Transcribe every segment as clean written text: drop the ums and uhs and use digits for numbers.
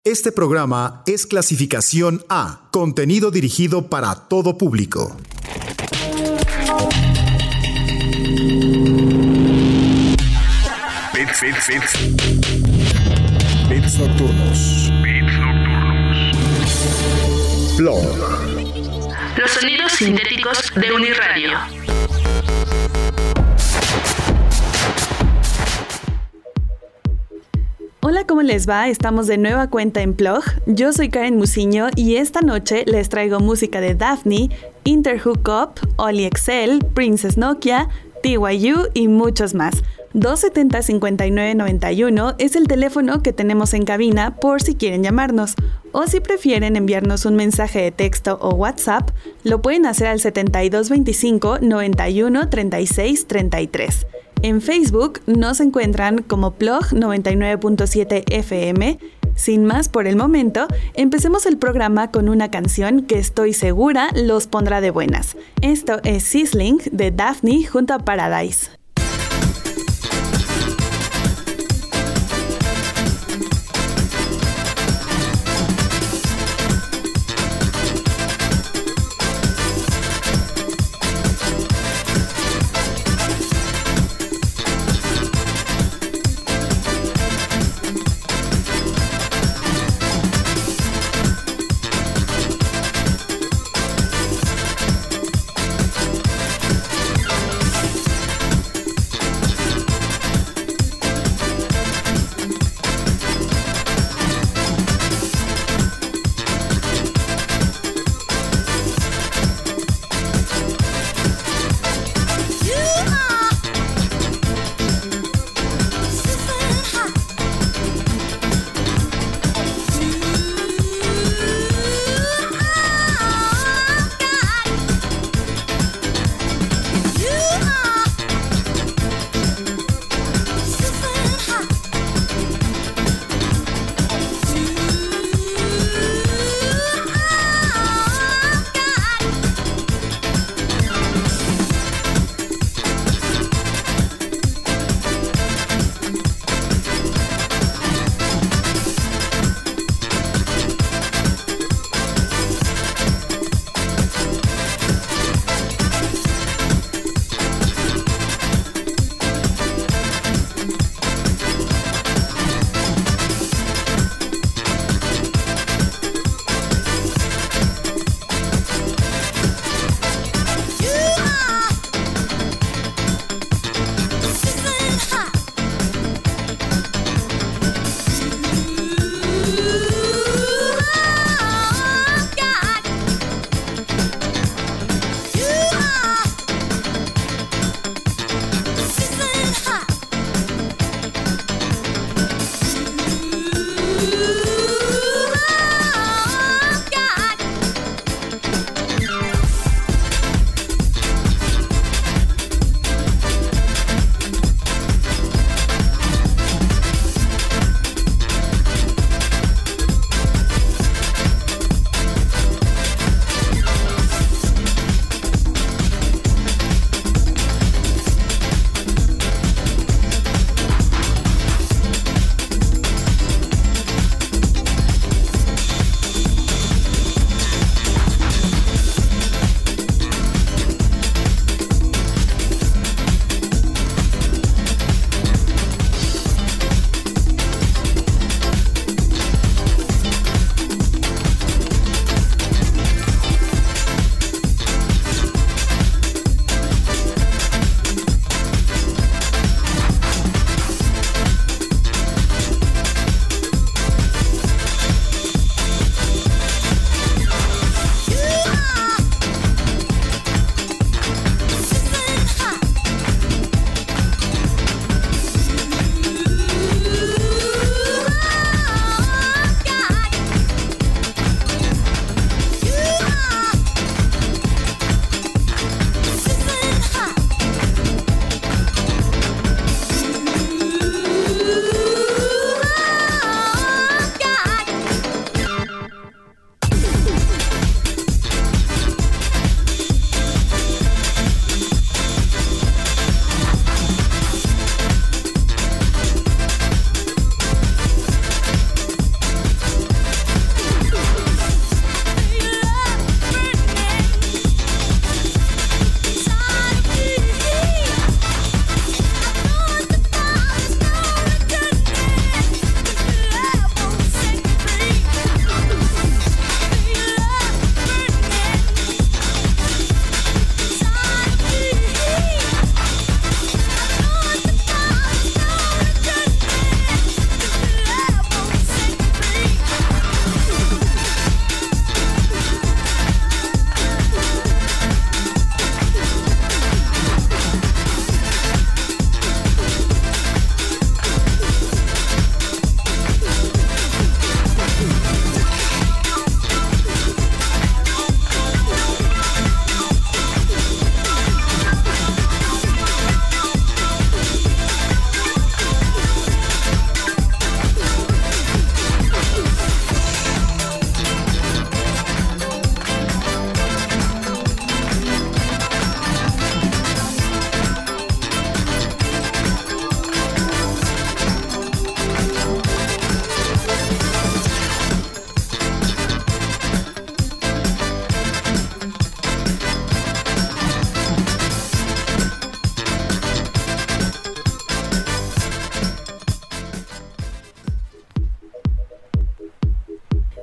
Este programa es clasificación A, contenido dirigido para todo público. Beats nocturnos. Plog. Los sonidos sintéticos de Uniradio. Hola, ¿cómo les va? Estamos de nueva cuenta en Plog. Yo soy Karen Musiño y esta noche les traigo música de Daphne, Interhookup, Oli Excel, Princess Nokia, TYU y muchos más. 270-5991 es el teléfono que tenemos en cabina por si quieren llamarnos. O si prefieren enviarnos un mensaje de texto o WhatsApp, lo pueden hacer al 7225-913633. En Facebook nos encuentran como Plog 99.7 FM. Sin más por el momento, empecemos el programa con una canción que estoy segura los pondrá de buenas. Esto es Sizzling de Daphne junto a Paradise.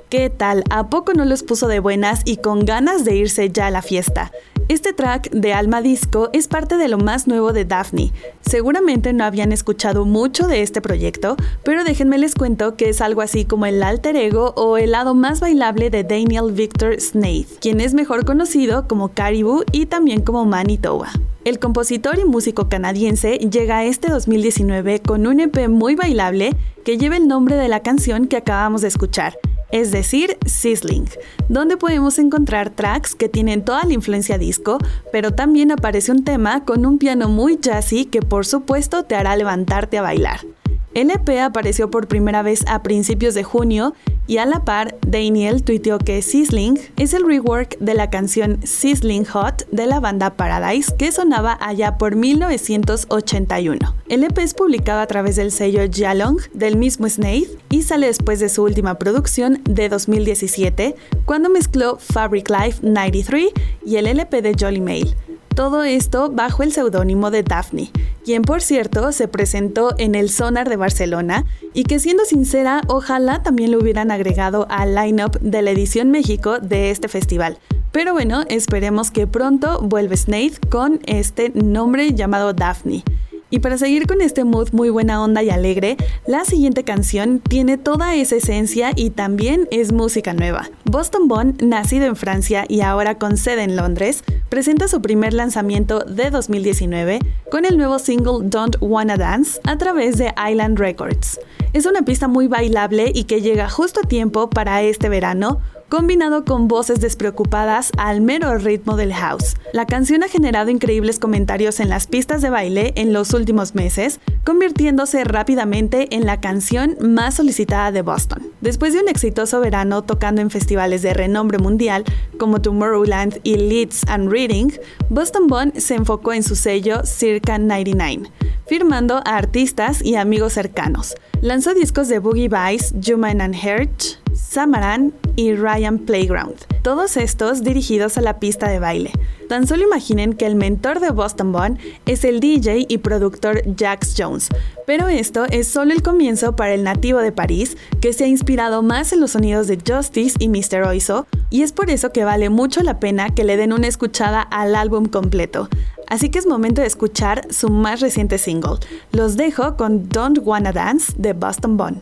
¿Qué tal? ¿A poco no los puso de buenas y con ganas de irse ya a la fiesta? Este track de Alma Disco es parte de lo más nuevo de Daphne. Seguramente no habían escuchado mucho de este proyecto, pero déjenme les cuento que es algo así como el alter ego o el lado más bailable de Daniel Victor Snaith, quien es mejor conocido como Caribou y también como Manitoba. El compositor y músico canadiense llega a este 2019 con un EP muy bailable que lleva el nombre de la canción que acabamos de escuchar, es decir, Sizzling, donde podemos encontrar tracks que tienen toda la influencia disco, pero también aparece un tema con un piano muy jazzy que por supuesto te hará levantarte a bailar. El EP apareció por primera vez a principios de junio y a la par, Daniel tuiteó que Sizzling es el rework de la canción Sizzling Hot de la banda Paradise que sonaba allá por 1981. El EP es publicado a través del sello Jalong del mismo Snaith y sale después de su última producción de 2017, cuando mezcló Fabric Life 93 y el LP de Jolly Mail. Todo esto bajo el seudónimo de Daphne, quien por cierto se presentó en el Sonar de Barcelona y que siendo sincera, ojalá también lo hubieran agregado al line-up de la edición México de este festival. Pero bueno, esperemos que pronto vuelva Snaith con este nombre llamado Daphne. Y para seguir con este mood muy buena onda y alegre, la siguiente canción tiene toda esa esencia y también es música nueva. Boston Bon, nacido en Francia y ahora con sede en Londres, presenta su primer lanzamiento de 2019 con el nuevo single Don't Wanna Dance a través de Island Records. Es una pista muy bailable y que llega justo a tiempo para este verano, combinado con voces despreocupadas al mero ritmo del house. La canción ha generado increíbles comentarios en las pistas de baile en los últimos meses, convirtiéndose rápidamente en la canción más solicitada de Boston. Después de un exitoso verano tocando en festivales de renombre mundial como Tomorrowland y Leeds and Reading, Boston Bon se enfocó en su sello Circa 99, firmando a artistas y amigos cercanos. Lanzó discos de Boogie Vice, Human and Herch, Samaran y Ryan Playground, todos estos dirigidos a la pista de baile. Tan solo imaginen que el mentor de Boston Bon es el DJ y productor Jax Jones, pero esto es solo el comienzo para el nativo de París, que se ha inspirado más en los sonidos de Justice y Mr. Oizo, y es por eso que vale mucho la pena que le den una escuchada al álbum completo. Así que es momento de escuchar su más reciente single. Los dejo con Don't Wanna Dance de Boston Bon.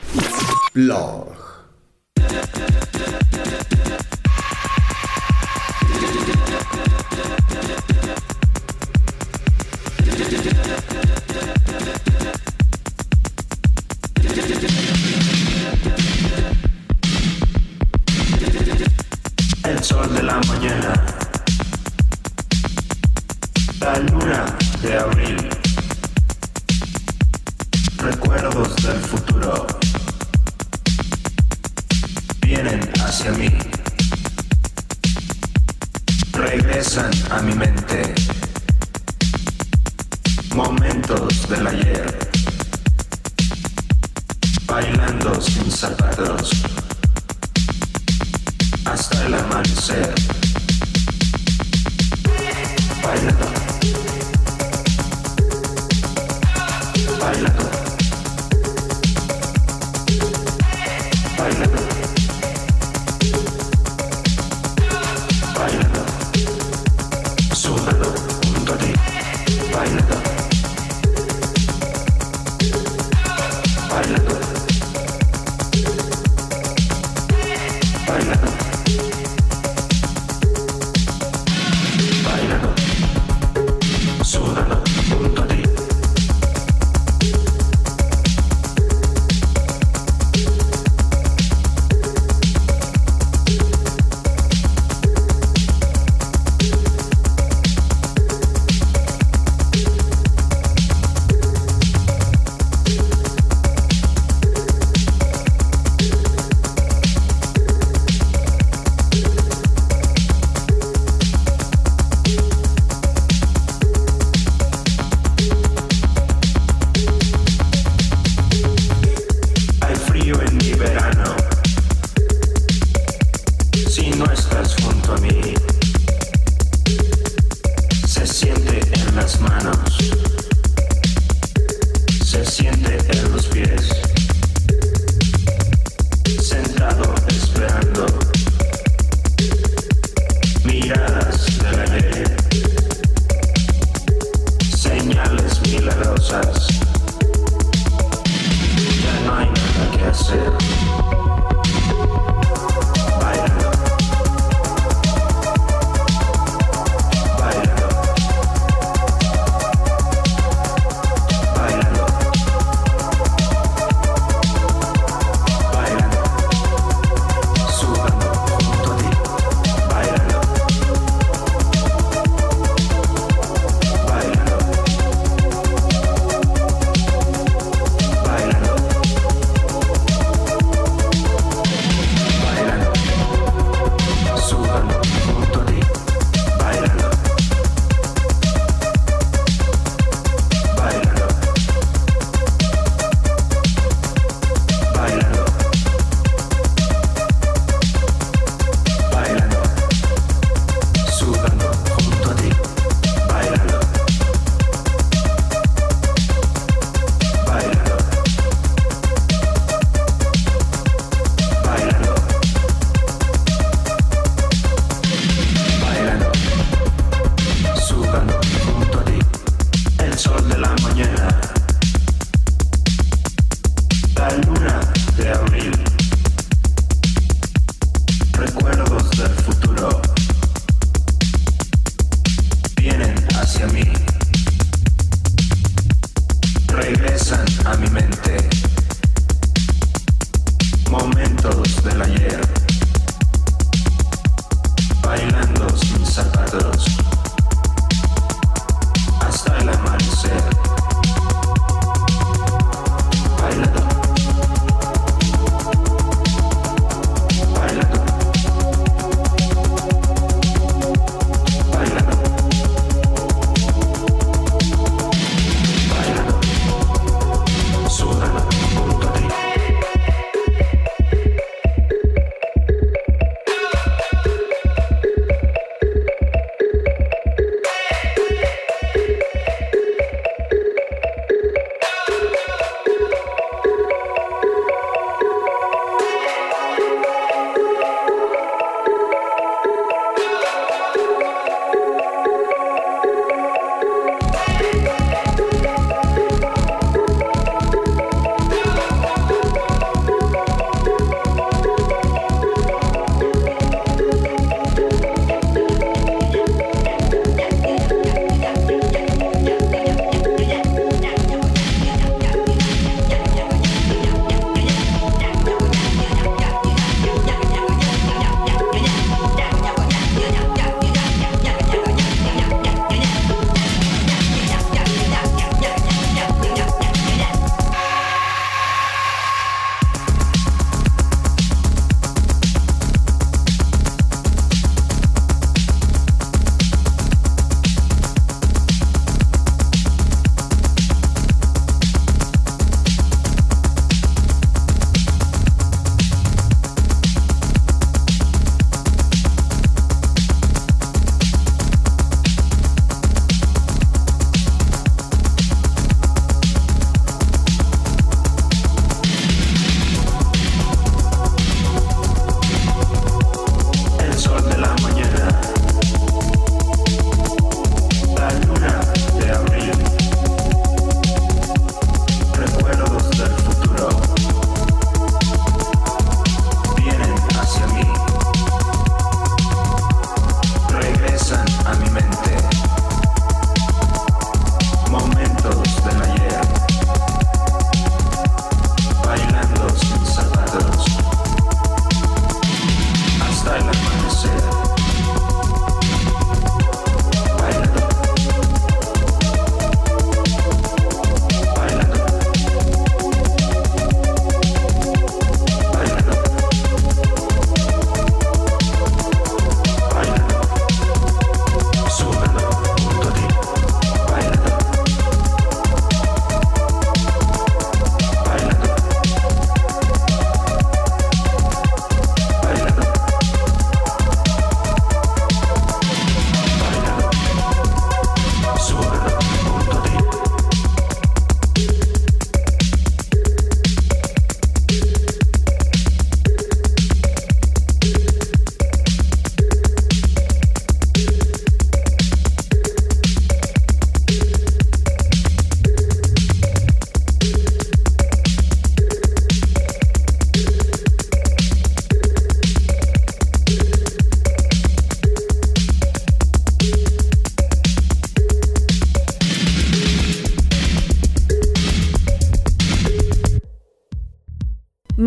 Plog. El sol de la mañana, la luna de abril, recuerdos del futuro vienen hacia mí, regresan a mi mente, momentos del ayer, bailando sin zapatos hasta el amanecer, bailando, bailando, bailando, bailando, sudando junto a ti, bailando, bailando, bailando. Bailando, sudando junto a ti,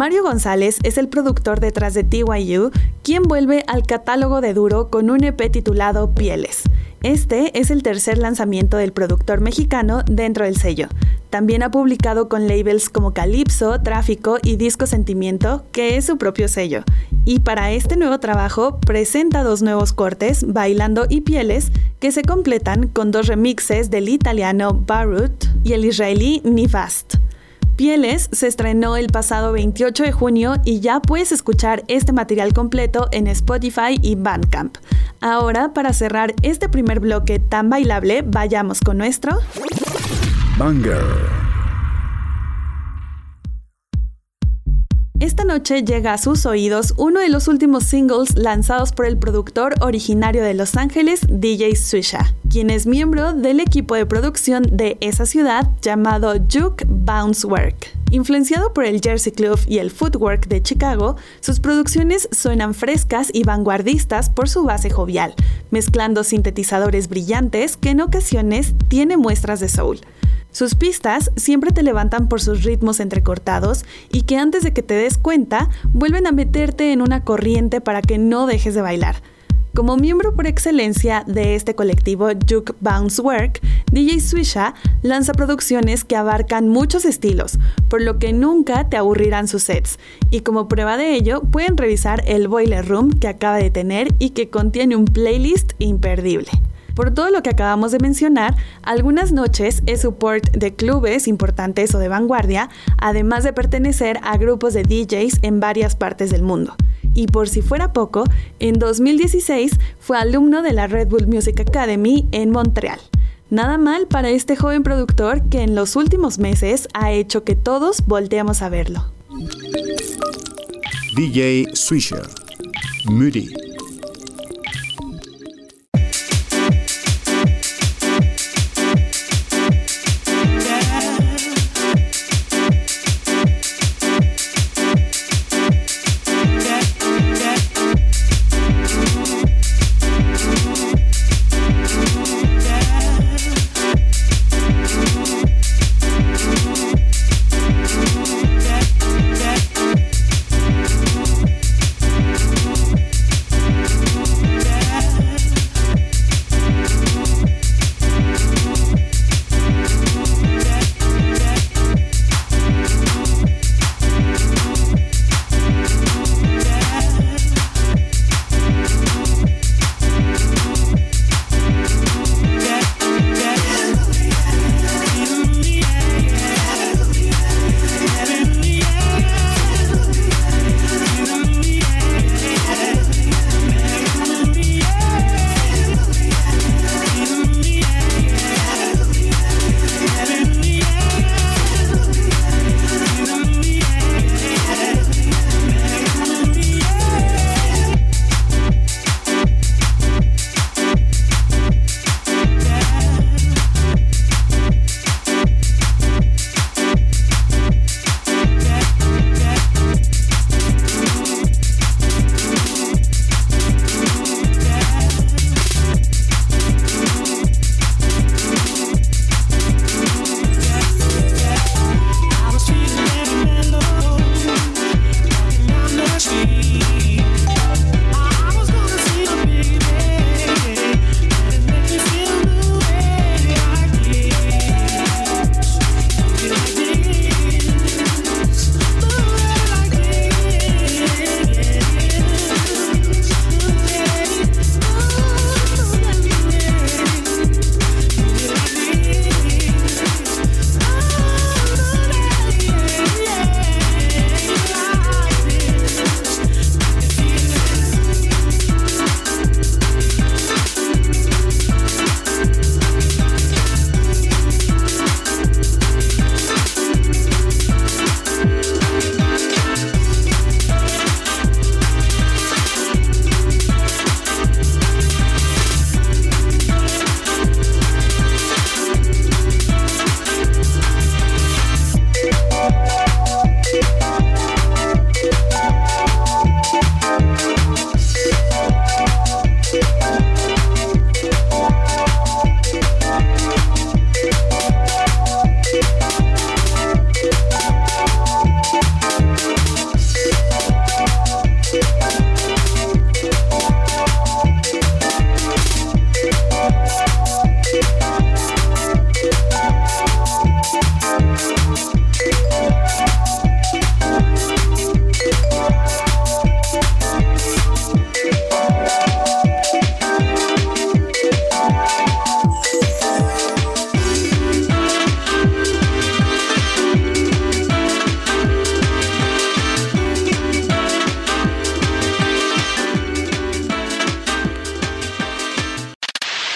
Mario González es el productor detrás de TYU, quien vuelve al catálogo de Duro con un EP titulado Pieles. Este es el tercer lanzamiento del productor mexicano dentro del sello. También ha publicado con labels como Calypso, Tráfico y Disco Sentimiento, que es su propio sello. Y para este nuevo trabajo presenta 2 nuevos cortes, Bailando y Pieles, que se completan con 2 remixes del italiano Barut y el israelí Nifast. Pieles se estrenó el pasado 28 de junio y ya puedes escuchar este material completo en Spotify y Bandcamp. Ahora, para cerrar este primer bloque tan bailable, vayamos con nuestro Banger. Esta noche llega a sus oídos uno de los últimos singles lanzados por el productor originario de Los Ángeles, DJ Swisha, quien es miembro del equipo de producción de esa ciudad llamado Juke Bounce Work. Influenciado por el Jersey Club y el Footwork de Chicago, sus producciones suenan frescas y vanguardistas por su base jovial, mezclando sintetizadores brillantes que en ocasiones tiene muestras de soul. Sus pistas siempre te levantan por sus ritmos entrecortados y que antes de que te des cuenta, vuelven a meterte en una corriente para que no dejes de bailar. Como miembro por excelencia de este colectivo Juke Bounce Work, DJ Swisha lanza producciones que abarcan muchos estilos, por lo que nunca te aburrirán sus sets. Y como prueba de ello, pueden revisar el Boiler Room que acaba de tener y que contiene un playlist imperdible. Por todo lo que acabamos de mencionar, algunas noches es support de clubes importantes o de vanguardia, además de pertenecer a grupos de DJs en varias partes del mundo. Y por si fuera poco, en 2016 fue alumno de la Red Bull Music Academy en Montreal. Nada mal para este joven productor que en los últimos meses ha hecho que todos volteemos a verlo. DJ Swisha, Moody.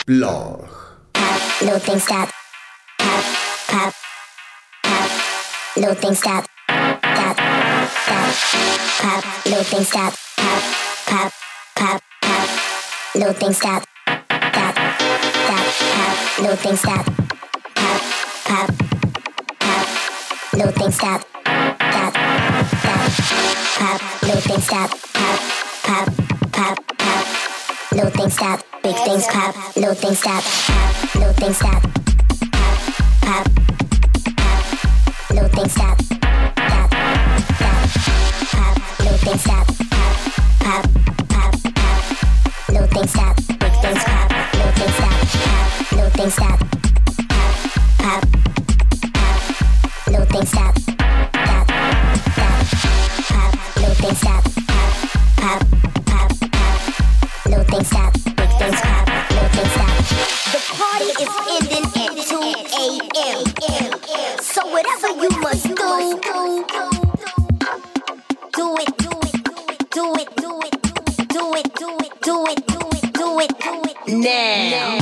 Plog. Little things that pop. Little things that pop. Little things that pop. Little things that pop. Little things that pop. Little things that pop. Little things that pop. Little things that big things pop. Little things that pop. Little things that pop. Little things that pop. Little things that pop. Little things that big things pop. Little things that pop. Little things that pop. Little things that pop. Little things that pop. Little things that big things pop. Little things that the party is ending at 2 a.m. So whatever you must do it now.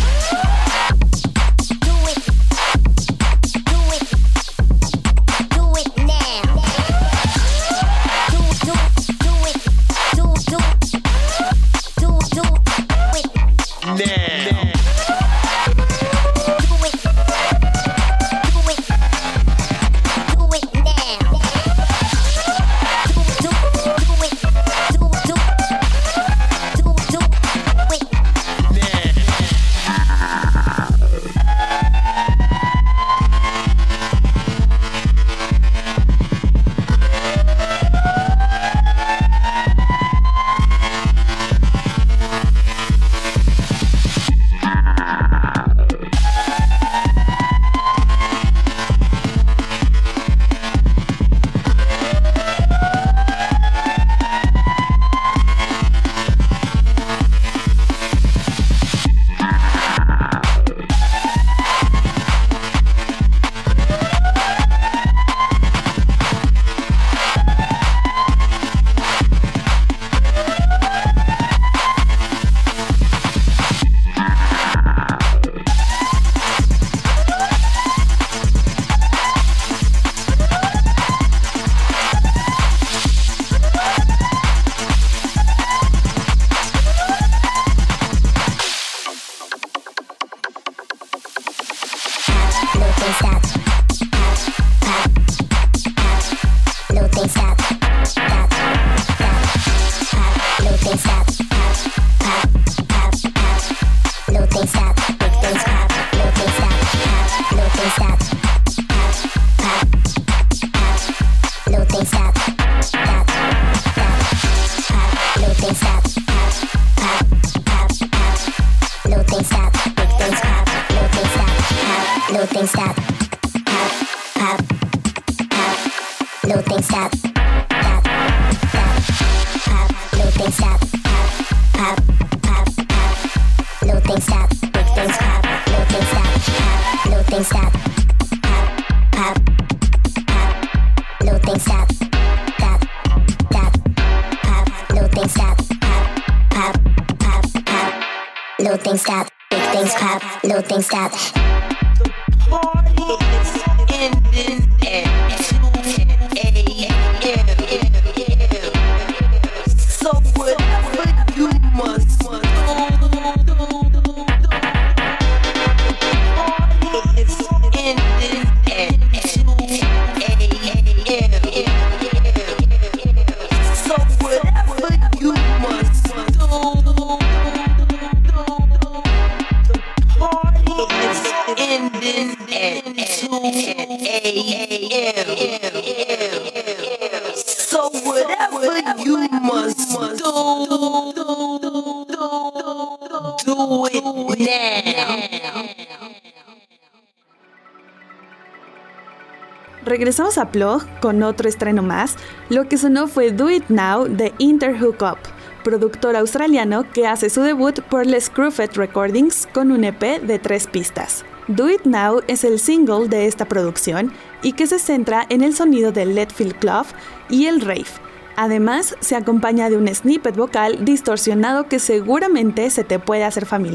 Little things that big things pop. Little things that the party is ending at 2 a.m. So whatever you must do, it's ending at 2 a.m. So whatever you must do, the party is ending at 2 a.m. So whatever you must do it now. Regresamos a Plog con otro estreno más. Lo que sonó fue Do It Now de Interhookup, productor australiano que hace su debut por Les Screwfed Recordings con un EP de 3 pistas. Do It Now es el single de esta producción y que se centra en el sonido del Leadfield Club y el rave. Además, se acompaña de un snippet vocal distorsionado que seguramente se te puede hacer familiar.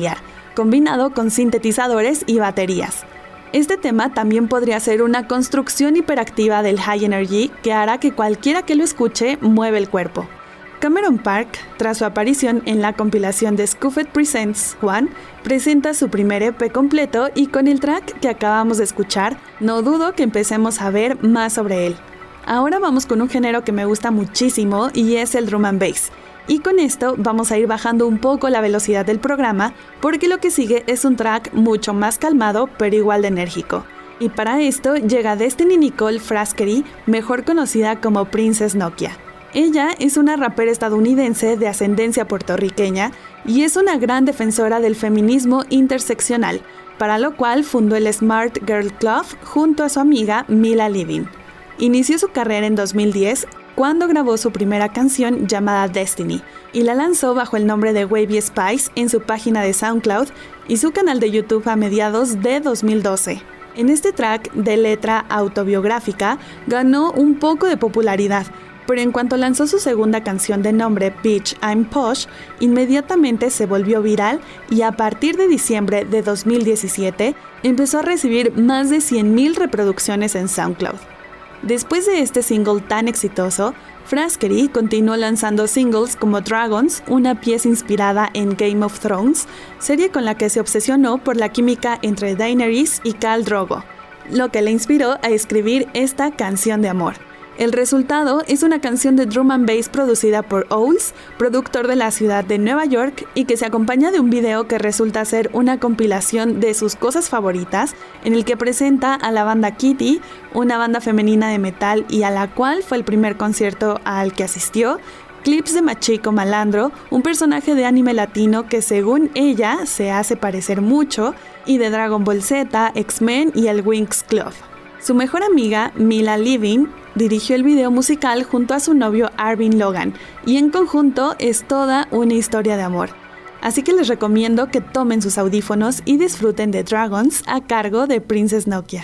combinado con sintetizadores y baterías. Este tema también podría ser una construcción hiperactiva del High Energy que hará que cualquiera que lo escuche mueva el cuerpo. Cameron Park, tras su aparición en la compilación de Scuffed Presents One, presenta su primer EP completo y con el track que acabamos de escuchar, no dudo que empecemos a ver más sobre él. Ahora vamos con un género que me gusta muchísimo y es el drum and bass. Y con esto vamos a ir bajando un poco la velocidad del programa porque lo que sigue es un track mucho más calmado pero igual de enérgico. Y para esto llega Destiny Nicole Fraskery, mejor conocida como Princess Nokia. Ella es una rapera estadounidense de ascendencia puertorriqueña y es una gran defensora del feminismo interseccional, para lo cual fundó el Smart Girl Club junto a su amiga Mila Levin. Inició su carrera en 2010 cuando grabó su primera canción llamada Destiny y la lanzó bajo el nombre de Wavy Spice en su página de SoundCloud y su canal de YouTube a mediados de 2012. En este track de letra autobiográfica ganó un poco de popularidad, pero en cuanto lanzó su segunda canción de nombre Bitch I'm Posh, inmediatamente se volvió viral y a partir de diciembre de 2017 empezó a recibir más de 100,000 reproducciones en SoundCloud. Después de este single tan exitoso, Fraskery continuó lanzando singles como Dragons, una pieza inspirada en Game of Thrones, serie con la que se obsesionó por la química entre Daenerys y Khal Drogo, lo que le inspiró a escribir esta canción de amor. El resultado es una canción de drum and bass producida por Owls, productor de la ciudad de Nueva York, y que se acompaña de un video que resulta ser una compilación de sus cosas favoritas, en el que presenta a la banda Kitty, una banda femenina de metal y a la cual fue el primer concierto al que asistió, clips de Machiko Malandro, un personaje de anime latino que según ella se hace parecer mucho, y de Dragon Ball Z, X-Men y el Winx Club. Su mejor amiga, Mila Levin, dirigió el video musical junto a su novio Arvin Logan y en conjunto es toda una historia de amor. Así que les recomiendo que tomen sus audífonos y disfruten de Dragons a cargo de Princess Nokia.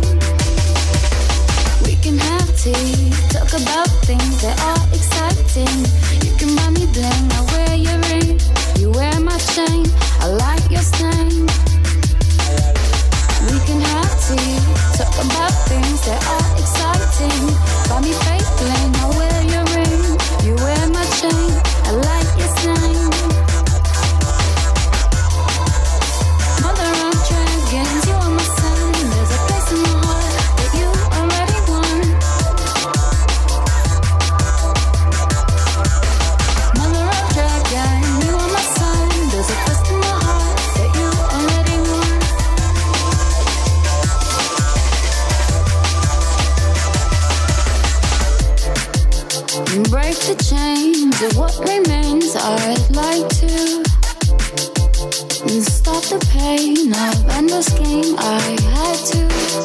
Talk about things that are exciting. the pain of endless game. I had to.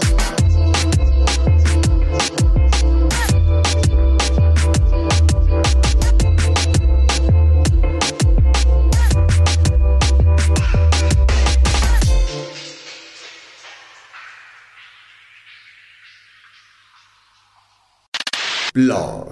Blog.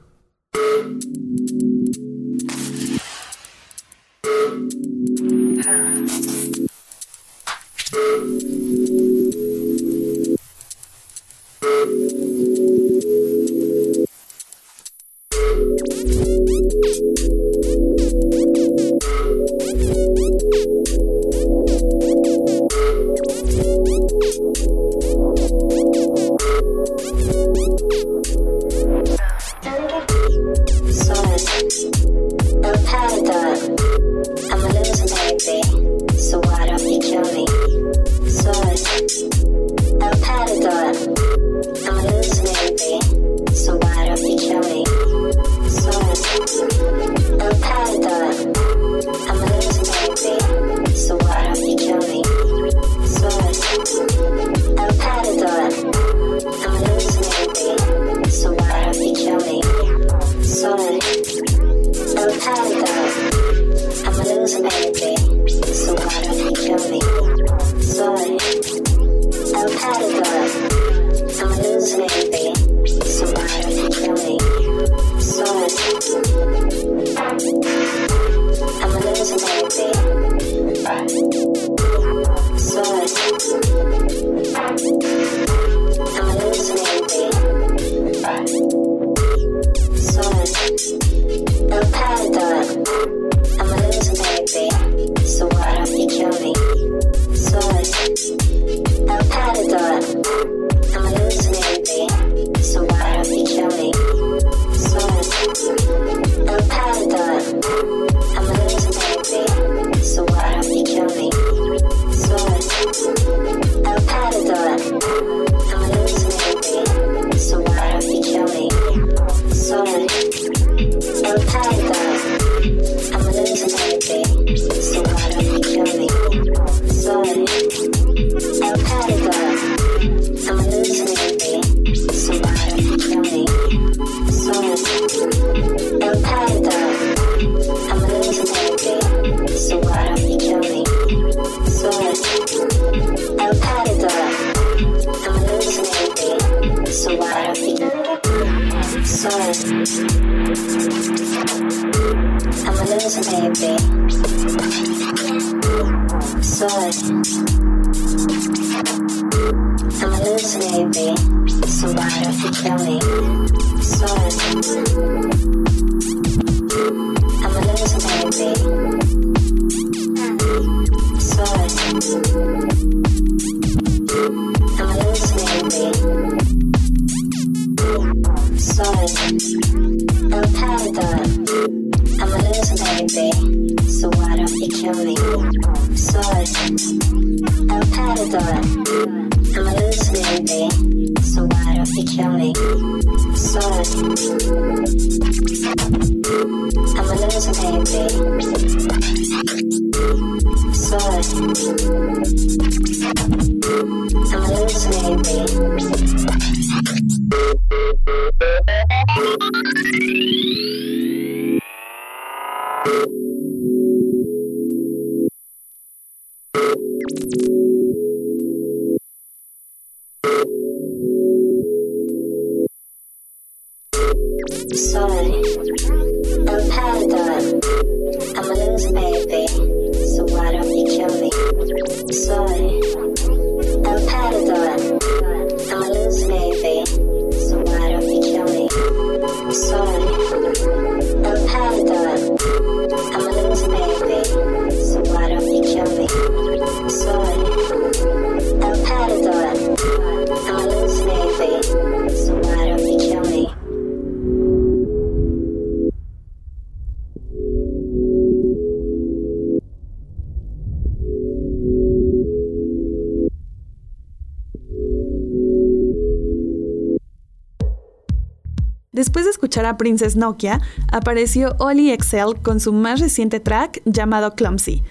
Después de escuchar a Princess Nokia, apareció Oli Excel con su más reciente track llamado Clumsy.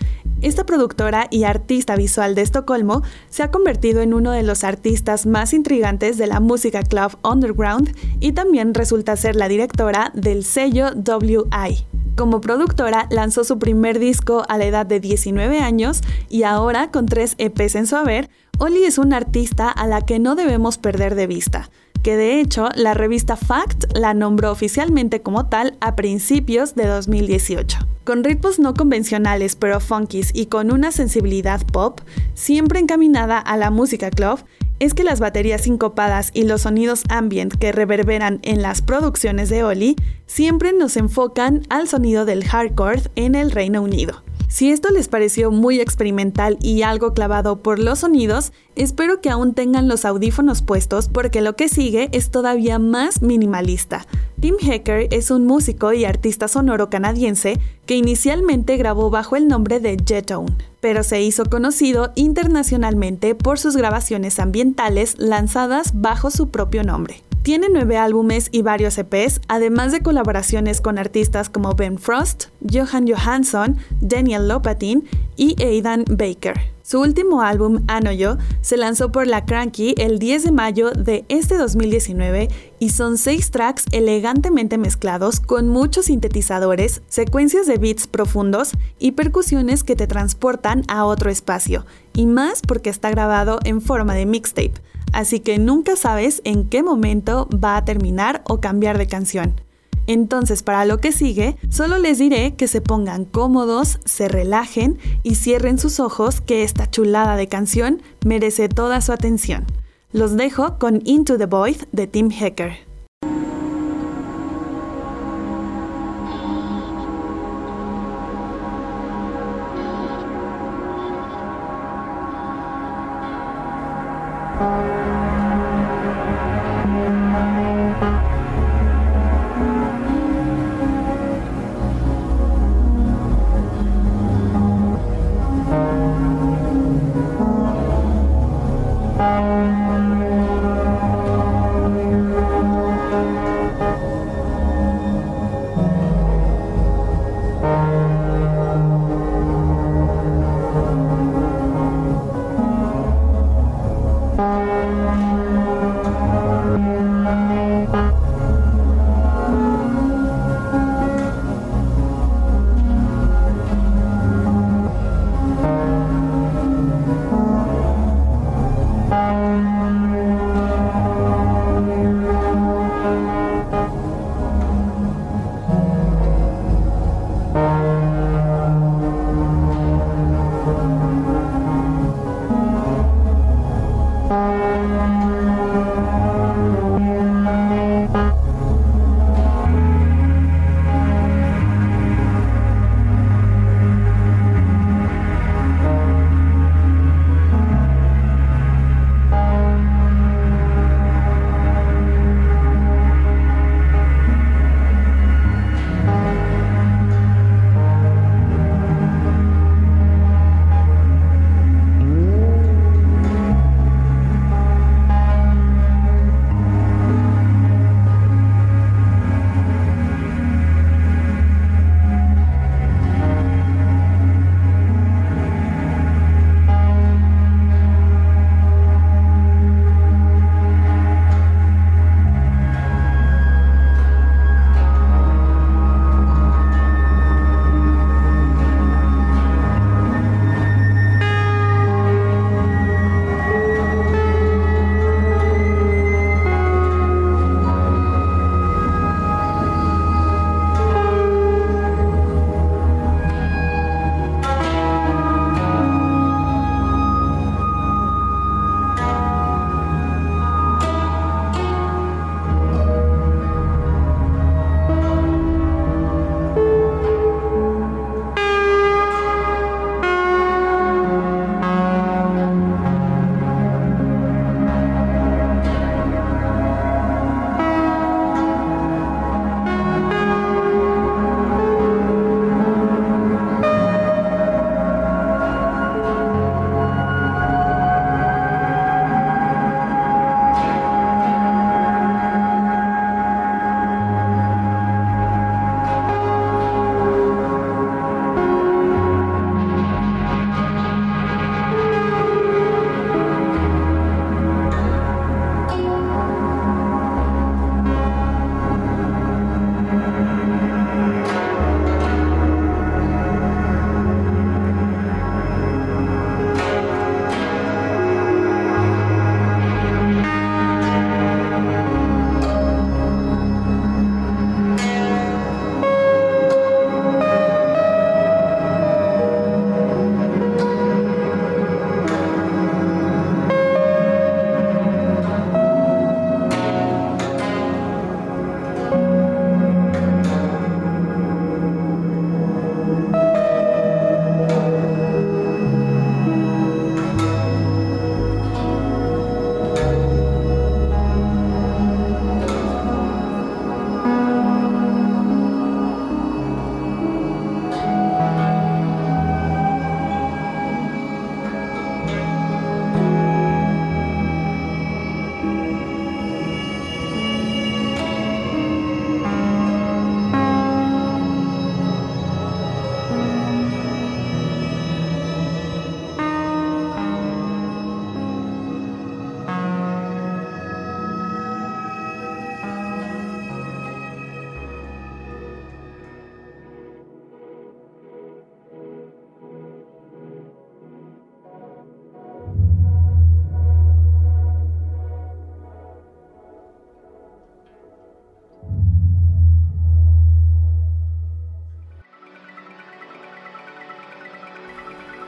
Esta productora y artista visual de Estocolmo se ha convertido en uno de los artistas más intrigantes de la música club underground y también resulta ser la directora del sello WI. Como productora, lanzó su primer disco a la edad de 19 años y ahora, con 3 EPs en su haber, Oli es una artista a la que no debemos perder de vista, que de hecho la revista Fact la nombró oficialmente como tal a principios de 2018. Con ritmos no convencionales pero funkies y con una sensibilidad pop, siempre encaminada a la música club, es que las baterías sincopadas y los sonidos ambient que reverberan en las producciones de Oli siempre nos enfocan al sonido del hardcore en el Reino Unido. Si esto les pareció muy experimental y algo clavado por los sonidos, espero que aún tengan los audífonos puestos porque lo que sigue es todavía más minimalista. Tim Hecker es un músico y artista sonoro canadiense que inicialmente grabó bajo el nombre de Jetone, pero se hizo conocido internacionalmente por sus grabaciones ambientales lanzadas bajo su propio nombre. Tiene 9 álbumes y varios EPs, además de colaboraciones con artistas como Ben Frost, Johan Johansson, Daniel Lopatin y Aidan Baker. Su último álbum, Anoyo, se lanzó por la Cranky el 10 de mayo de este 2019 y son 6 tracks elegantemente mezclados con muchos sintetizadores, secuencias de beats profundos y percusiones que te transportan a otro espacio, y más porque está grabado en forma de mixtape. Así que nunca sabes en qué momento va a terminar o cambiar de canción. Entonces, para lo que sigue, solo les diré que se pongan cómodos, se relajen y cierren sus ojos, que esta chulada de canción merece toda su atención. Los dejo con Into the Void de Tim Hecker.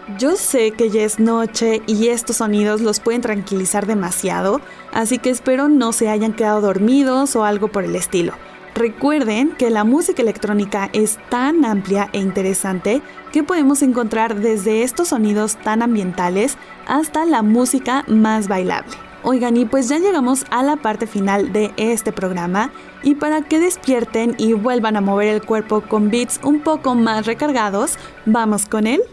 Yo sé que ya es noche y estos sonidos los pueden tranquilizar demasiado, así que espero no se hayan quedado dormidos o algo por el estilo. Recuerden que la música electrónica es tan amplia e interesante que podemos encontrar desde estos sonidos tan ambientales hasta la música más bailable. Oigan, y pues ya llegamos a la parte final de este programa, y para que despierten y vuelvan a mover el cuerpo con beats un poco más recargados, vamos con él.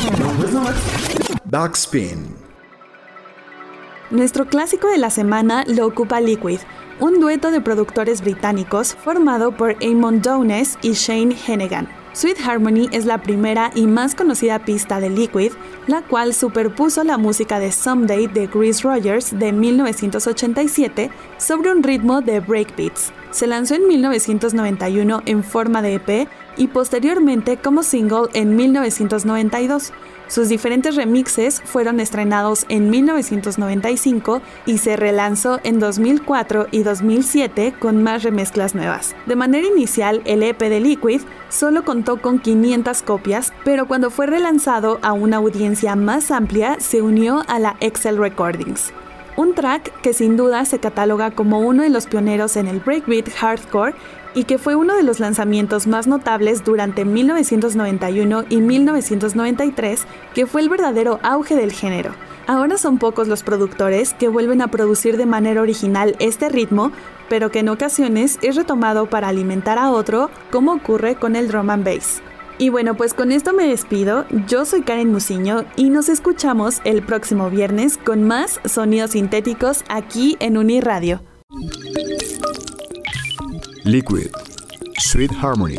Backspin. Nuestro clásico de la semana lo ocupa Liquid, un dueto de productores británicos formado por Eamon Downes y Shane Hennigan. Sweet Harmony es la primera y más conocida pista de Liquid, la cual superpuso la música de Someday de Chris Rogers de 1987 sobre un ritmo de breakbeats. Se lanzó en 1991 en forma de EP y posteriormente como single en 1992. Sus diferentes remixes fueron estrenados en 1995 y se relanzó en 2004 y 2007 con más remezclas nuevas. De manera inicial, el EP de Liquid solo contó con 500 copias, pero cuando fue relanzado a una audiencia más amplia, se unió a la Excel Recordings. Un track que sin duda se cataloga como uno de los pioneros en el breakbeat hardcore y que fue uno de los lanzamientos más notables durante 1991 y 1993, que fue el verdadero auge del género. Ahora son pocos los productores que vuelven a producir de manera original este ritmo, pero que en ocasiones es retomado para alimentar a otro, como ocurre con el drum and bass. Y bueno, pues con esto me despido. Yo soy Karen Musiño y nos escuchamos el próximo viernes con más sonidos sintéticos aquí en Uniradio. Liquid. Sweet Harmony.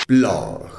Blog.